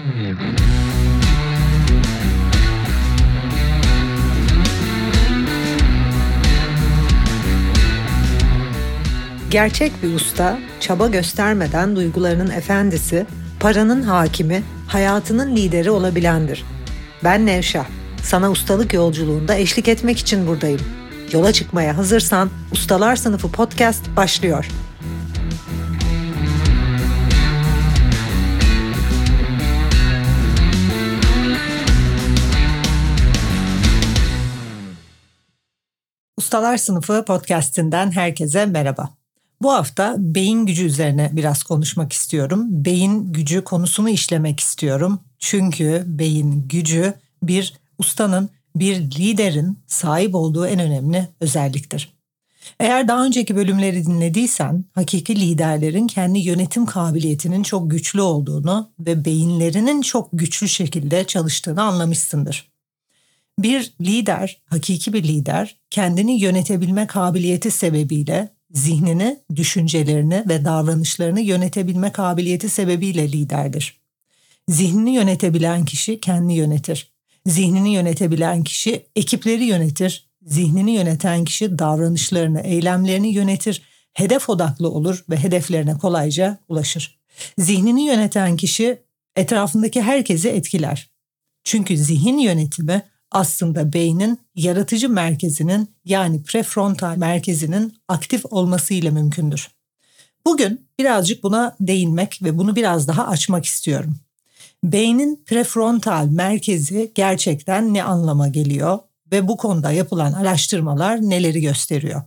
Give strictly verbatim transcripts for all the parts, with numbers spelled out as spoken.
Gerçek bir usta, çaba göstermeden duygularının efendisi, paranın hakimi, hayatının lideri olabilendir. Ben Nevşah, sana ustalık yolculuğunda eşlik etmek için buradayım. Yola çıkmaya hazırsan Ustalar Sınıfı Podcast başlıyor. Ustalar Sınıfı Podcast'inden herkese merhaba. Bu hafta beyin gücü üzerine biraz konuşmak istiyorum. Beyin gücü konusunu işlemek istiyorum. Çünkü beyin gücü bir ustanın, bir liderin sahip olduğu en önemli özelliktir. Eğer daha önceki bölümleri dinlediysen, hakiki liderlerin kendi yönetim kabiliyetinin çok güçlü olduğunu ve beyinlerinin çok güçlü şekilde çalıştığını anlamışsındır. Bir lider, hakiki bir lider, kendini yönetebilme kabiliyeti sebebiyle zihnini, düşüncelerini ve davranışlarını yönetebilme kabiliyeti sebebiyle liderdir. Zihnini yönetebilen kişi kendini yönetir. Zihnini yönetebilen kişi ekipleri yönetir. Zihnini yöneten kişi davranışlarını, eylemlerini yönetir. Hedef odaklı olur ve hedeflerine kolayca ulaşır. Zihnini yöneten kişi etrafındaki herkesi etkiler. Çünkü zihin yönetimi aslında beynin yaratıcı merkezinin yani prefrontal merkezinin aktif olmasıyla mümkündür. Bugün birazcık buna değinmek ve bunu biraz daha açmak istiyorum. Beynin prefrontal merkezi gerçekten ne anlama geliyor ve bu konuda yapılan araştırmalar neleri gösteriyor?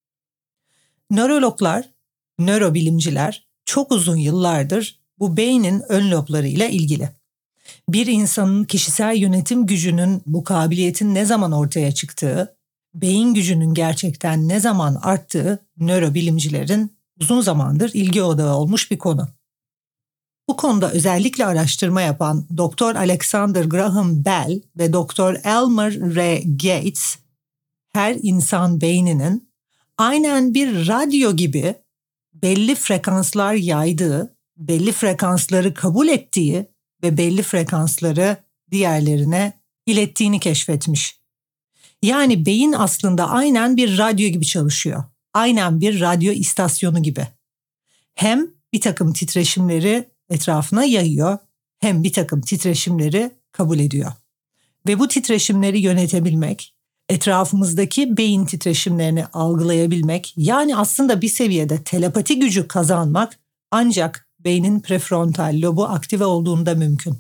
Nörologlar, nörobilimciler çok uzun yıllardır bu beynin ön loblarıyla ilgili. Bir insanın kişisel yönetim gücünün, bu kabiliyetin ne zaman ortaya çıktığı, beyin gücünün gerçekten ne zaman arttığı nörobilimcilerin uzun zamandır ilgi odağı olmuş bir konu. Bu konuda özellikle araştırma yapan Doktor Alexander Graham Bell ve Doktor Elmer R. Gates, her insan beyninin aynen bir radyo gibi belli frekanslar yaydığı, belli frekansları kabul ettiği ve belli frekansları diğerlerine ilettiğini keşfetmiş. Yani beyin aslında aynen bir radyo gibi çalışıyor. Aynen bir radyo istasyonu gibi. Hem bir takım titreşimleri etrafına yayıyor, hem bir takım titreşimleri kabul ediyor. Ve bu titreşimleri yönetebilmek, etrafımızdaki beyin titreşimlerini algılayabilmek, yani aslında bir seviyede telepati gücü kazanmak ancak beynin prefrontal lobu aktive olduğunda mümkün.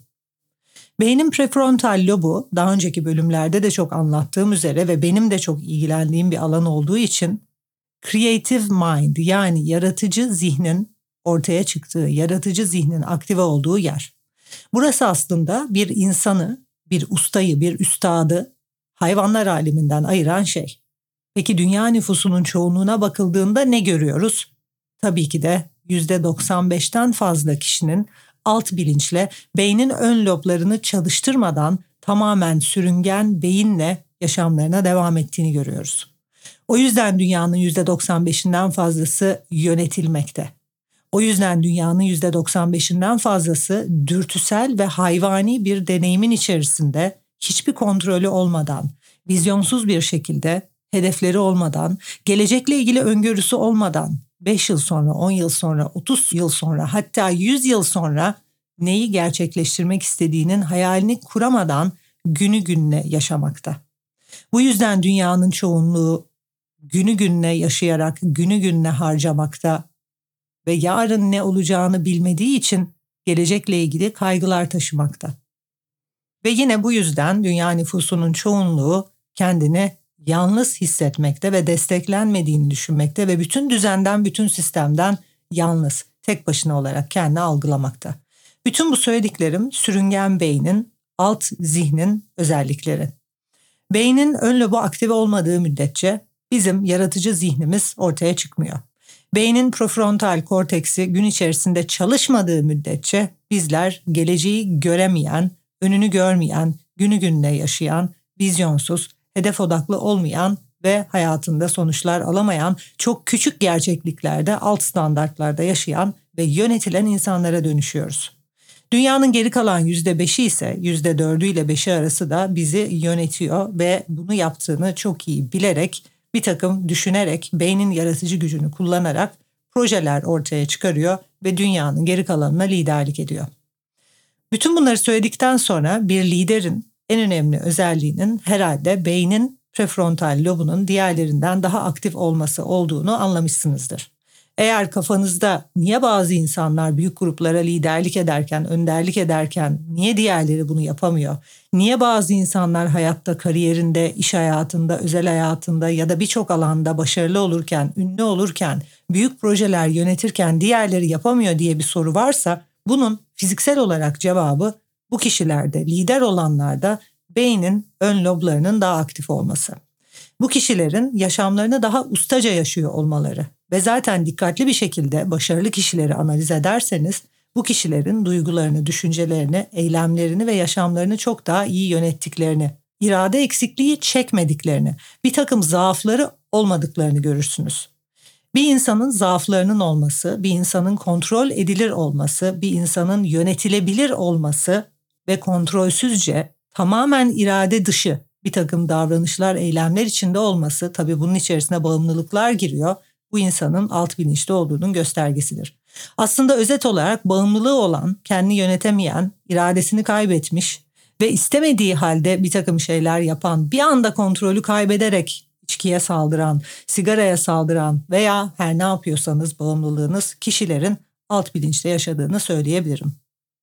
Beynin prefrontal lobu daha önceki bölümlerde de çok anlattığım üzere ve benim de çok ilgilendiğim bir alan olduğu için creative mind yani yaratıcı zihnin ortaya çıktığı, yaratıcı zihnin aktive olduğu yer. Burası aslında bir insanı, bir ustayı, bir üstadı hayvanlar aleminden ayıran şey. Peki dünya nüfusunun çoğunluğuna bakıldığında ne görüyoruz? Tabii ki de yüzde doksan beşten fazla kişinin alt bilinçle beynin ön loblarını çalıştırmadan tamamen sürüngen beyinle yaşamlarına devam ettiğini görüyoruz. O yüzden dünyanın yüzde doksan beşinden fazlası yönetilmekte. O yüzden dünyanın yüzde doksan beşinden fazlası dürtüsel ve hayvani bir deneyimin içerisinde hiçbir kontrolü olmadan, vizyonsuz bir şekilde, hedefleri olmadan, gelecekle ilgili öngörüsü olmadan, beş yıl sonra, on yıl sonra, otuz yıl sonra, hatta yüz yıl sonra neyi gerçekleştirmek istediğinin hayalini kuramadan günü gününe yaşamakta. Bu yüzden dünyanın çoğunluğu günü gününe yaşayarak günü gününe harcamakta ve yarın ne olacağını bilmediği için gelecekle ilgili kaygılar taşımakta. Ve yine bu yüzden dünya nüfusunun çoğunluğu kendini yalnız hissetmekte ve desteklenmediğini düşünmekte ve bütün düzenden, bütün sistemden yalnız, tek başına olarak kendini algılamakta. Bütün bu söylediklerim sürüngen beynin, alt zihnin özellikleri. Beynin ön lobu aktive olmadığı müddetçe bizim yaratıcı zihnimiz ortaya çıkmıyor. Beynin prefrontal korteksi gün içerisinde çalışmadığı müddetçe bizler geleceği göremeyen, önünü görmeyen, günü gününe yaşayan, vizyonsuz, hedef odaklı olmayan ve hayatında sonuçlar alamayan, çok küçük gerçekliklerde, alt standartlarda yaşayan ve yönetilen insanlara dönüşüyoruz. Dünyanın geri kalan yüzde beşi ise yüzde dördü ile beşi arası da bizi yönetiyor ve bunu yaptığını çok iyi bilerek, bir takım düşünerek, beynin yaratıcı gücünü kullanarak projeler ortaya çıkarıyor ve dünyanın geri kalanına liderlik ediyor. Bütün bunları söyledikten sonra bir liderin en önemli özelliğinin herhalde beynin prefrontal lobunun diğerlerinden daha aktif olması olduğunu anlamışsınızdır. Eğer kafanızda niye bazı insanlar büyük gruplara liderlik ederken, önderlik ederken niye diğerleri bunu yapamıyor? Niye bazı insanlar hayatta, kariyerinde, iş hayatında, özel hayatında ya da birçok alanda başarılı olurken, ünlü olurken, büyük projeler yönetirken diğerleri yapamıyor diye bir soru varsa, bunun fiziksel olarak cevabı bu kişilerde, lider olanlarda beynin ön loblarının daha aktif olması. Bu kişilerin yaşamlarını daha ustaca yaşıyor olmaları ve zaten dikkatli bir şekilde başarılı kişileri analiz ederseniz bu kişilerin duygularını, düşüncelerini, eylemlerini ve yaşamlarını çok daha iyi yönettiklerini, irade eksikliği çekmediklerini, bir takım zaafları olmadıklarını görürsünüz. Bir insanın zaaflarının olması, bir insanın kontrol edilir olması, bir insanın yönetilebilir olması ve kontrolsüzce tamamen irade dışı bir takım davranışlar, eylemler içinde olması, tabii bunun içerisine bağımlılıklar giriyor, bu insanın alt bilinçli olduğunun göstergesidir. Aslında özet olarak bağımlılığı olan, kendini yönetemeyen, iradesini kaybetmiş ve istemediği halde bir takım şeyler yapan, bir anda kontrolü kaybederek içkiye saldıran, sigaraya saldıran veya her ne yapıyorsanız bağımlılığınız kişilerin alt bilinçte yaşadığını söyleyebilirim.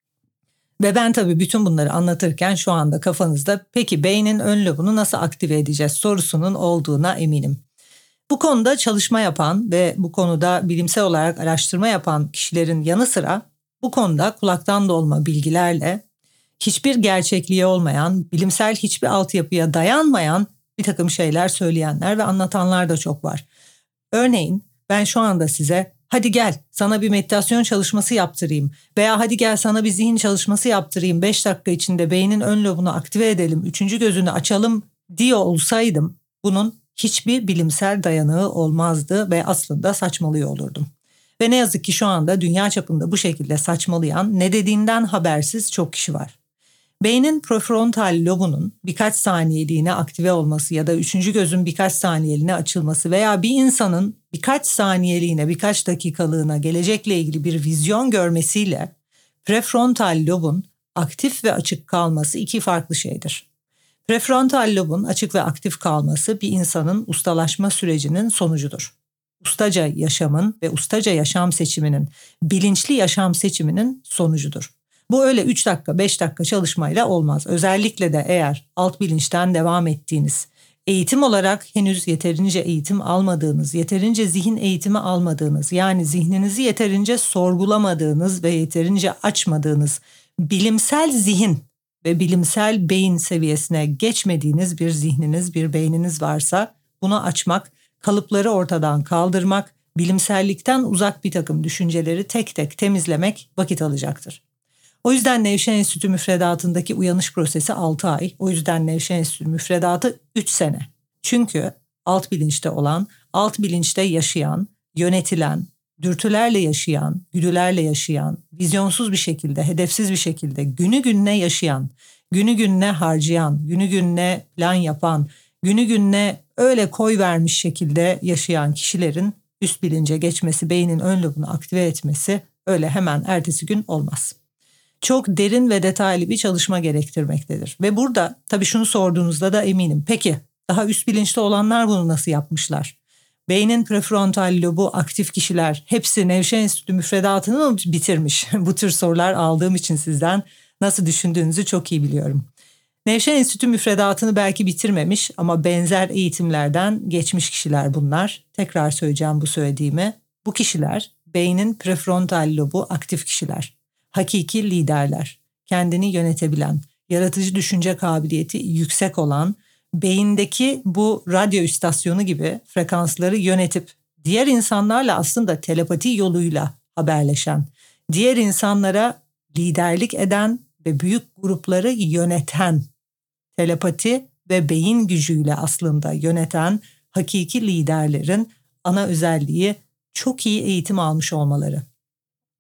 Ve ben tabii bütün bunları anlatırken şu anda kafanızda peki beynin ön lobunu nasıl aktive edeceğiz sorusunun olduğuna eminim. Bu konuda çalışma yapan ve bu konuda bilimsel olarak araştırma yapan kişilerin yanı sıra bu konuda kulaktan dolma bilgilerle hiçbir gerçekliği olmayan, bilimsel hiçbir altyapıya dayanmayan bir takım şeyler söyleyenler ve anlatanlar da çok var. Örneğin ben şu anda size hadi gel sana bir meditasyon çalışması yaptırayım veya hadi gel sana bir zihin çalışması yaptırayım, beş dakika içinde beynin ön lobunu aktive edelim, üçüncü gözünü açalım diyor olsaydım bunun hiçbir bilimsel dayanağı olmazdı ve aslında saçmalıyor olurdum. Ve ne yazık ki şu anda dünya çapında bu şekilde saçmalayan, ne dediğinden habersiz çok kişi var. Beynin prefrontal lobunun birkaç saniyeliğine aktive olması ya da üçüncü gözün birkaç saniyeliğine açılması veya bir insanın birkaç saniyeliğine, birkaç dakikalığına gelecekle ilgili bir vizyon görmesiyle prefrontal lobun aktif ve açık kalması iki farklı şeydir. Prefrontal lobun açık ve aktif kalması bir insanın ustalaşma sürecinin sonucudur. Ustaca yaşamın ve ustaca yaşam seçiminin, bilinçli yaşam seçiminin sonucudur. Bu öyle üç dakika, beş dakika çalışmayla olmaz. Özellikle de eğer alt bilinçten devam ettiğiniz, eğitim olarak henüz yeterince eğitim almadığınız, yeterince zihin eğitimi almadığınız, yani zihninizi yeterince sorgulamadığınız ve yeterince açmadığınız bilimsel zihin ve bilimsel beyin seviyesine geçmediğiniz bir zihniniz, bir beyniniz varsa bunu açmak, kalıpları ortadan kaldırmak, bilimsellikten uzak bir takım düşünceleri tek tek temizlemek vakit alacaktır. O yüzden Nevşehir Enstitüsü müfredatındaki uyanış prosesi altı ay, o yüzden Nevşehir Enstitüsü müfredatı üç sene. Çünkü alt bilinçte olan, alt bilinçte yaşayan, yönetilen, dürtülerle yaşayan, güdülerle yaşayan, vizyonsuz bir şekilde, hedefsiz bir şekilde günü gününe yaşayan, günü gününe harcayan, günü gününe plan yapan, günü gününe öyle koy vermiş şekilde yaşayan kişilerin üst bilince geçmesi, beynin ön lobunu aktive etmesi öyle hemen ertesi gün olmaz. Çok derin ve detaylı bir çalışma gerektirmektedir. Ve burada tabii şunu sorduğunuzda da eminim. Peki daha üst bilinçli olanlar bunu nasıl yapmışlar? Beynin prefrontal lobu aktif kişiler hepsi Nevşehir Enstitüsü müfredatını mı bitirmiş? Bu tür sorular aldığım için sizden nasıl düşündüğünüzü çok iyi biliyorum. Nevşehir Enstitüsü müfredatını belki bitirmemiş ama benzer eğitimlerden geçmiş kişiler bunlar. Tekrar söyleyeceğim bu söylediğimi. Bu kişiler beynin prefrontal lobu aktif kişiler. Hakiki liderler, kendini yönetebilen, yaratıcı düşünce kabiliyeti yüksek olan, beyindeki bu radyo istasyonu gibi frekansları yönetip diğer insanlarla aslında telepati yoluyla haberleşen, diğer insanlara liderlik eden ve büyük grupları yöneten, telepati ve beyin gücüyle aslında yöneten hakiki liderlerin ana özelliği çok iyi eğitim almış olmaları.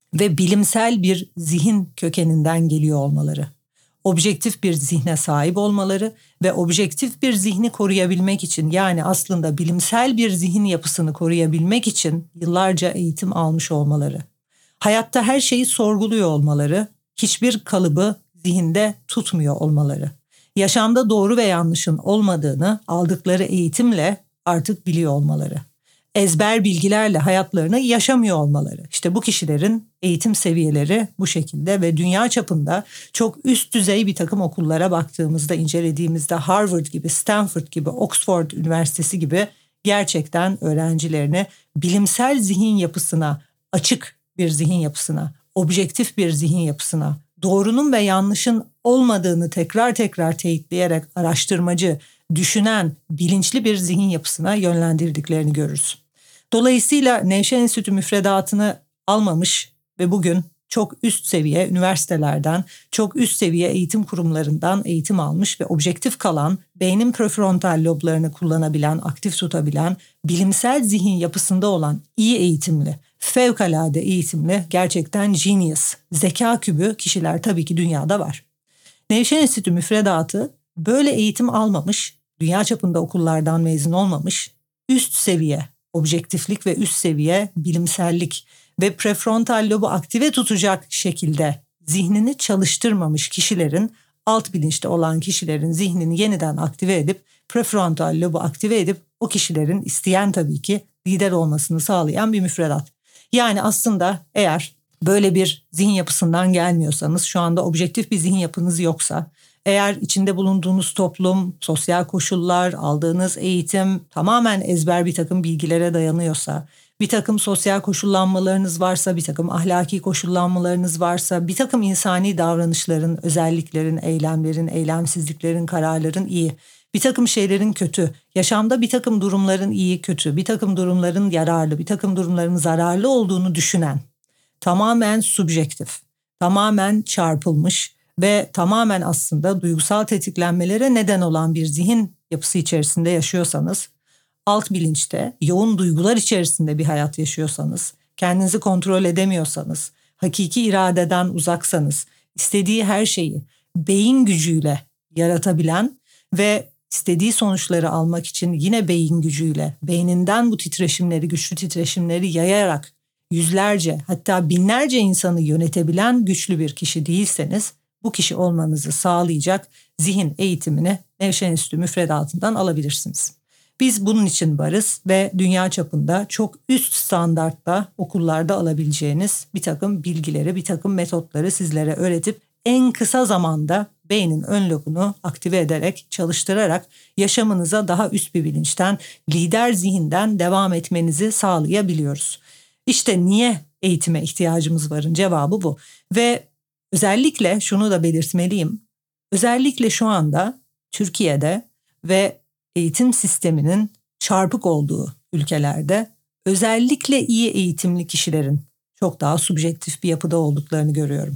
ve bilimsel bir zihin kökeninden geliyor olmaları. Objektif bir zihne sahip olmaları ve objektif bir zihni koruyabilmek için, yani aslında bilimsel bir zihin yapısını koruyabilmek için yıllarca eğitim almış olmaları. Hayatta her şeyi sorguluyor olmaları, hiçbir kalıbı zihinde tutmuyor olmaları. Yaşamda doğru ve yanlışın olmadığını aldıkları eğitimle artık biliyor olmaları. Ezber bilgilerle hayatlarını yaşamıyor olmaları. İşte bu kişilerin eğitim seviyeleri bu şekilde ve dünya çapında çok üst düzey bir takım okullara baktığımızda, incelediğimizde Harvard gibi, Stanford gibi, Oxford Üniversitesi gibi gerçekten öğrencilerini bilimsel zihin yapısına, açık bir zihin yapısına, objektif bir zihin yapısına, doğrunun ve yanlışın olmadığını tekrar tekrar teyitleyerek araştırmacı, düşünen, bilinçli bir zihin yapısına yönlendirdiklerini görürüz. Dolayısıyla Nevşehir Enstitü müfredatını almamış ve bugün çok üst seviye üniversitelerden, çok üst seviye eğitim kurumlarından eğitim almış ve objektif kalan, beynin prefrontal loblarını kullanabilen, aktif tutabilen, bilimsel zihin yapısında olan iyi eğitimli, fevkalade eğitimli, gerçekten genius, zeka kübü kişiler tabii ki dünyada var. Nevşehir Enstitü müfredatı böyle eğitim almamış, dünya çapında okullardan mezun olmamış, üst seviye objektiflik ve üst seviye bilimsellik ve prefrontal lobu aktive tutacak şekilde zihnini çalıştırmamış kişilerin, alt bilinçte olan kişilerin zihnini yeniden aktive edip, prefrontal lobu aktive edip o kişilerin isteyen tabii ki lider olmasını sağlayan bir müfredat. Yani aslında eğer böyle bir zihin yapısından gelmiyorsanız, şu anda objektif bir zihin yapınız yoksa, eğer içinde bulunduğunuz toplum, sosyal koşullar, aldığınız eğitim tamamen ezber bir takım bilgilere dayanıyorsa, bir takım sosyal koşullanmalarınız varsa, bir takım ahlaki koşullanmalarınız varsa, bir takım insani davranışların, özelliklerin, eylemlerin, eylemsizliklerin, kararların iyi, bir takım şeylerin kötü, yaşamda bir takım durumların iyi kötü, bir takım durumların yararlı, bir takım durumların zararlı olduğunu düşünen, tamamen subjektif, tamamen çarpılmış ve tamamen aslında duygusal tetiklenmelere neden olan bir zihin yapısı içerisinde yaşıyorsanız, alt bilinçte yoğun duygular içerisinde bir hayat yaşıyorsanız, kendinizi kontrol edemiyorsanız, hakiki iradeden uzaksanız, istediği her şeyi beyin gücüyle yaratabilen ve istediği sonuçları almak için yine beyin gücüyle, beyninden bu titreşimleri, güçlü titreşimleri yayarak yüzlerce, hatta binlerce insanı yönetebilen güçlü bir kişi değilseniz, bu kişi olmanızı sağlayacak zihin eğitimini Nevşehir Enstitü müfredatından alabilirsiniz. Biz bunun için varız ve dünya çapında çok üst standartta okullarda alabileceğiniz bir takım bilgileri, bir takım metotları sizlere öğretip en kısa zamanda beynin ön lobunu aktive ederek, çalıştırarak yaşamınıza daha üst bir bilinçten, lider zihinden devam etmenizi sağlayabiliyoruz. İşte niye eğitime ihtiyacımız varın cevabı bu. Ve özellikle şunu da belirtmeliyim. Özellikle şu anda Türkiye'de ve eğitim sisteminin çarpık olduğu ülkelerde özellikle iyi eğitimli kişilerin çok daha subjektif bir yapıda olduklarını görüyorum.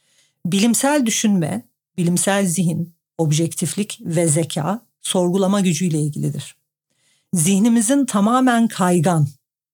Bilimsel düşünme, bilimsel zihin, objektiflik ve zeka sorgulama gücüyle ilgilidir. Zihnimizin tamamen kaygan,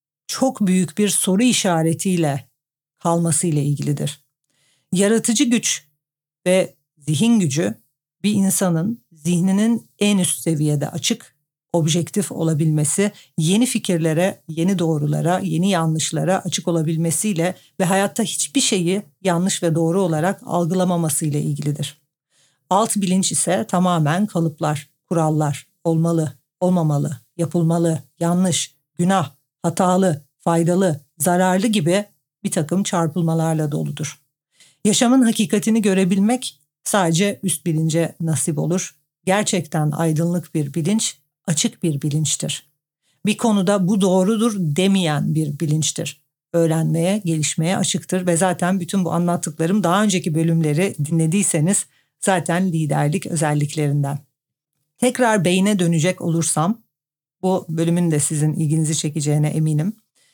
çok büyük bir soru işaretiyle kalmasıyla ilgilidir. Yaratıcı güç ve zihin gücü bir insanın zihninin en üst seviyede açık, objektif olabilmesi, yeni fikirlere, yeni doğrulara, yeni yanlışlara açık olabilmesiyle ve hayatta hiçbir şeyi yanlış ve doğru olarak algılamamasıyla ilgilidir. Alt bilinç ise tamamen kalıplar, kurallar, olmalı, olmamalı, yapılmalı, yanlış, günah, hatalı, faydalı, zararlı gibi bir takım çarpılmalarla doludur. Yaşamın hakikatini görebilmek sadece üst bilince nasip olur. Gerçekten aydınlık bir bilinç, açık bir bilinçtir. Bir konuda bu doğrudur demeyen bir bilinçtir. Öğrenmeye, gelişmeye açıktır ve zaten bütün bu anlattıklarım daha önceki bölümleri dinlediyseniz zaten liderlik özelliklerinden. Tekrar beyne dönecek olursam, bu bölümün de sizin ilginizi çekeceğine eminim.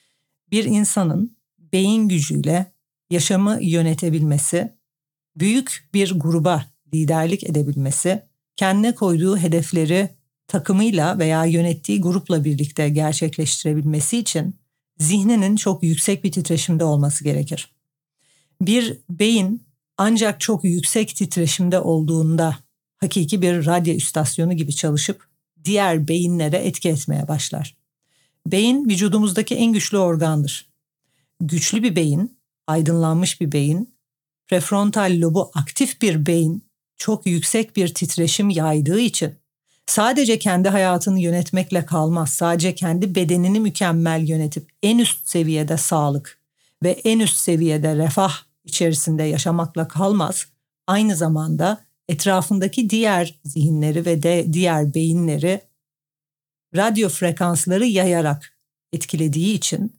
Bir insanın beyin gücüyle yaşamı yönetebilmesi, büyük bir gruba liderlik edebilmesi, kendine koyduğu hedefleri takımıyla veya yönettiği grupla birlikte gerçekleştirebilmesi için zihninin çok yüksek bir titreşimde olması gerekir. Bir beyin ancak çok yüksek titreşimde olduğunda hakiki bir radyo istasyonu gibi çalışıp diğer beyinlere etki etmeye başlar. Beyin vücudumuzdaki en güçlü organdır. Güçlü bir beyin, aydınlanmış bir beyin, prefrontal lobu aktif bir beyin çok yüksek bir titreşim yaydığı için sadece kendi hayatını yönetmekle kalmaz, sadece kendi bedenini mükemmel yönetip en üst seviyede sağlık ve en üst seviyede refah içerisinde yaşamakla kalmaz, aynı zamanda etrafındaki diğer zihinleri ve de diğer beyinleri radyo frekansları yayarak etkilediği için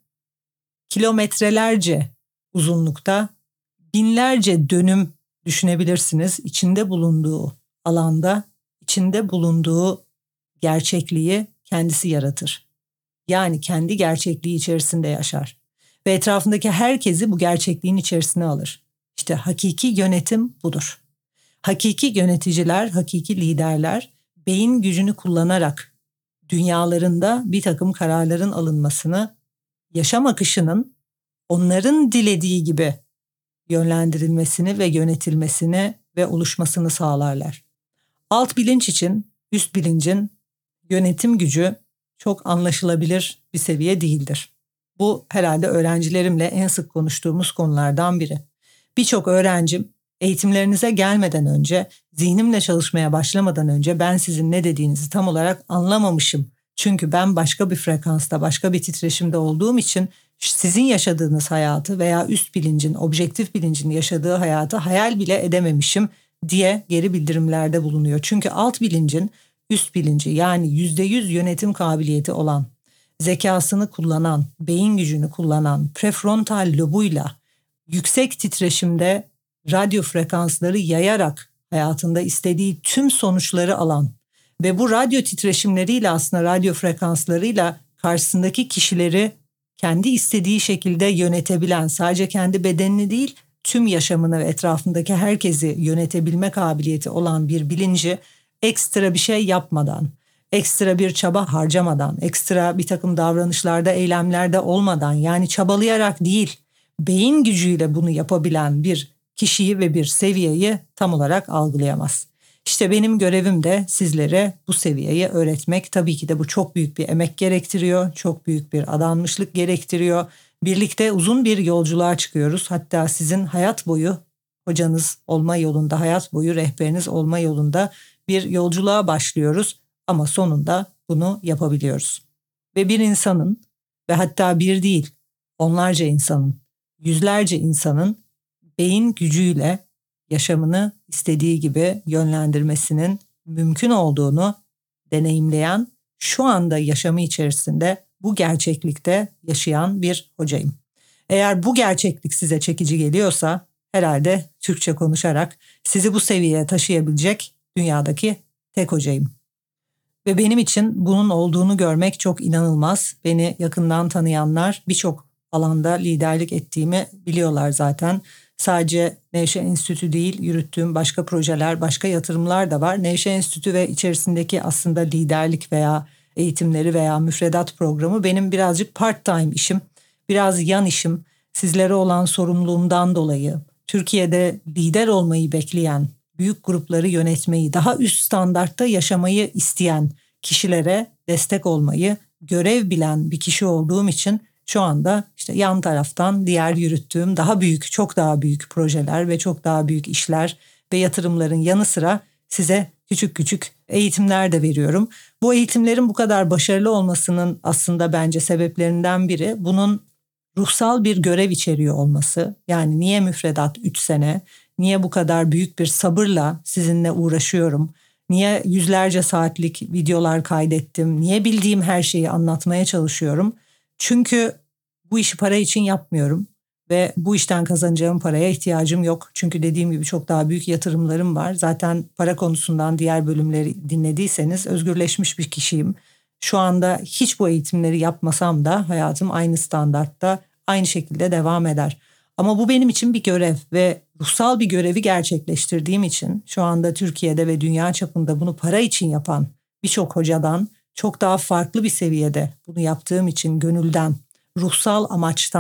kilometrelerce uzunlukta binlerce dönüm düşünebilirsiniz içinde bulunduğu alanda, içinde bulunduğu gerçekliği kendisi yaratır. Yani kendi gerçekliği içerisinde yaşar ve etrafındaki herkesi bu gerçekliğin içerisine alır. İşte hakiki yönetim budur. Hakiki yöneticiler, hakiki liderler beyin gücünü kullanarak dünyalarında bir takım kararların alınmasını, yaşam akışının onların dilediği gibi yönlendirilmesini ve yönetilmesini ve oluşmasını sağlarlar. Alt bilinç için üst bilincin yönetim gücü çok anlaşılabilir bir seviye değildir. Bu herhalde öğrencilerimle en sık konuştuğumuz konulardan biri. Birçok öğrencim eğitimlerinize gelmeden önce, zihnimle çalışmaya başlamadan önce ben sizin ne dediğinizi tam olarak anlamamışım. Çünkü ben başka bir frekansta, başka bir titreşimde olduğum için sizin yaşadığınız hayatı veya üst bilincin, objektif bilincin yaşadığı hayatı hayal bile edememişim diye geri bildirimlerde bulunuyor. Çünkü alt bilincin üst bilinci, yani yüzde yüz yönetim kabiliyeti olan, zekasını kullanan, beyin gücünü kullanan, prefrontal lobuyla yüksek titreşimde radyo frekansları yayarak hayatında istediği tüm sonuçları alan ve bu radyo titreşimleriyle, aslında radyo frekanslarıyla karşısındaki kişileri kendi istediği şekilde yönetebilen, sadece kendi bedenini değil tüm yaşamını ve etrafındaki herkesi yönetebilme kabiliyeti olan bir bilinci ekstra bir şey yapmadan, ekstra bir çaba harcamadan, ekstra bir takım davranışlarda, eylemlerde olmadan, yani çabalayarak değil, beyin gücüyle bunu yapabilen bir kişiyi ve bir seviyeyi tam olarak algılayamaz. İşte benim görevim de sizlere bu seviyeyi öğretmek. Tabii ki de bu çok büyük bir emek gerektiriyor, çok büyük bir adanmışlık gerektiriyor. Birlikte uzun bir yolculuğa çıkıyoruz. Hatta sizin hayat boyu hocanız olma yolunda, hayat boyu rehberiniz olma yolunda bir yolculuğa başlıyoruz. Ama sonunda bunu yapabiliyoruz. Ve bir insanın ve hatta bir değil, onlarca insanın, yüzlerce insanın beyin gücüyle yaşamını istediği gibi yönlendirmesinin mümkün olduğunu deneyimleyen, şu anda yaşamı içerisinde bu gerçeklikte yaşayan bir hocayım. Eğer bu gerçeklik size çekici geliyorsa herhalde Türkçe konuşarak sizi bu seviyeye taşıyabilecek dünyadaki tek hocayım. Ve benim için bunun olduğunu görmek çok inanılmaz. Beni yakından tanıyanlar birçok alanda liderlik ettiğimi biliyorlar zaten. Sadece Nevşehir Enstitü değil, yürüttüğüm başka projeler, başka yatırımlar da var. Nevşehir Enstitü ve içerisindeki aslında liderlik veya eğitimleri veya müfredat programı benim birazcık part-time işim, biraz yan işim. Sizlere olan sorumluluğumdan dolayı Türkiye'de lider olmayı bekleyen, büyük grupları yönetmeyi, daha üst standartta yaşamayı isteyen kişilere destek olmayı görev bilen bir kişi olduğum için şu anda işte yan taraftan diğer yürüttüğüm daha büyük, çok daha büyük projeler ve çok daha büyük işler ve yatırımların yanı sıra size küçük küçük eğitimler de veriyorum. Bu eğitimlerin bu kadar başarılı olmasının aslında bence sebeplerinden biri bunun ruhsal bir görev içeriyor olması. Yani niye müfredat üç sene, niye bu kadar büyük bir sabırla sizinle uğraşıyorum, niye yüzlerce saatlik videolar kaydettim, niye bildiğim her şeyi anlatmaya çalışıyorum. Çünkü bu işi para için yapmıyorum ve bu işten kazanacağım paraya ihtiyacım yok. Çünkü dediğim gibi çok daha büyük yatırımlarım var. Zaten para konusundan diğer bölümleri dinlediyseniz özgürleşmiş bir kişiyim. Şu anda hiç bu eğitimleri yapmasam da hayatım aynı standartta, aynı şekilde devam eder. Ama bu benim için bir görev ve ruhsal bir görevi gerçekleştirdiğim için şu anda Türkiye'de ve dünya çapında bunu para için yapan birçok hocadan çok daha farklı bir seviyede bunu yaptığım için gönülden, ruhsal amaçtan,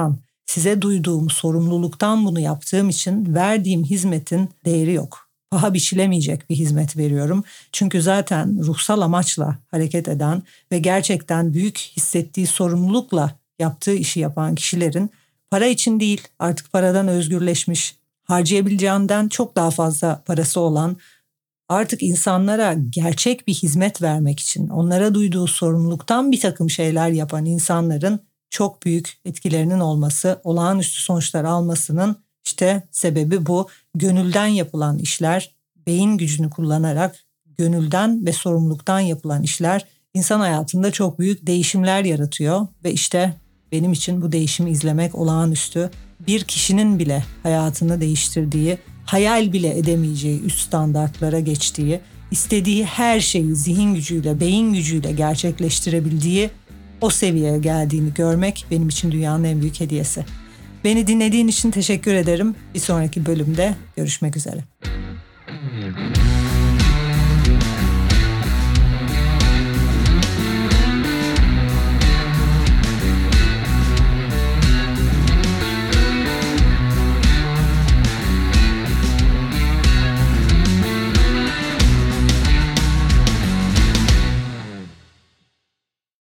Size duyduğum sorumluluktan bunu yaptığım için verdiğim hizmetin değeri yok. Paha biçilemeyecek bir hizmet veriyorum. Çünkü zaten ruhsal amaçla hareket eden ve gerçekten büyük hissettiği sorumlulukla yaptığı işi yapan kişilerin para için değil, artık paradan özgürleşmiş, harcayabileceğinden çok daha fazla parası olan, artık insanlara gerçek bir hizmet vermek için onlara duyduğu sorumluluktan bir takım şeyler yapan insanların çok büyük etkilerinin olması, olağanüstü sonuçlar almasının işte sebebi bu. Gönülden yapılan işler, beyin gücünü kullanarak gönülden ve sorumluluktan yapılan işler insan hayatında çok büyük değişimler yaratıyor ve işte benim için bu değişimi izlemek olağanüstü. Bir kişinin bile hayatını değiştirdiği, hayal bile edemeyeceği üst standartlara geçtiği, istediği her şeyi zihin gücüyle, beyin gücüyle gerçekleştirebildiği o seviyeye geldiğini görmek benim için dünyanın en büyük hediyesi. Beni dinlediğin için teşekkür ederim. Bir sonraki bölümde görüşmek üzere.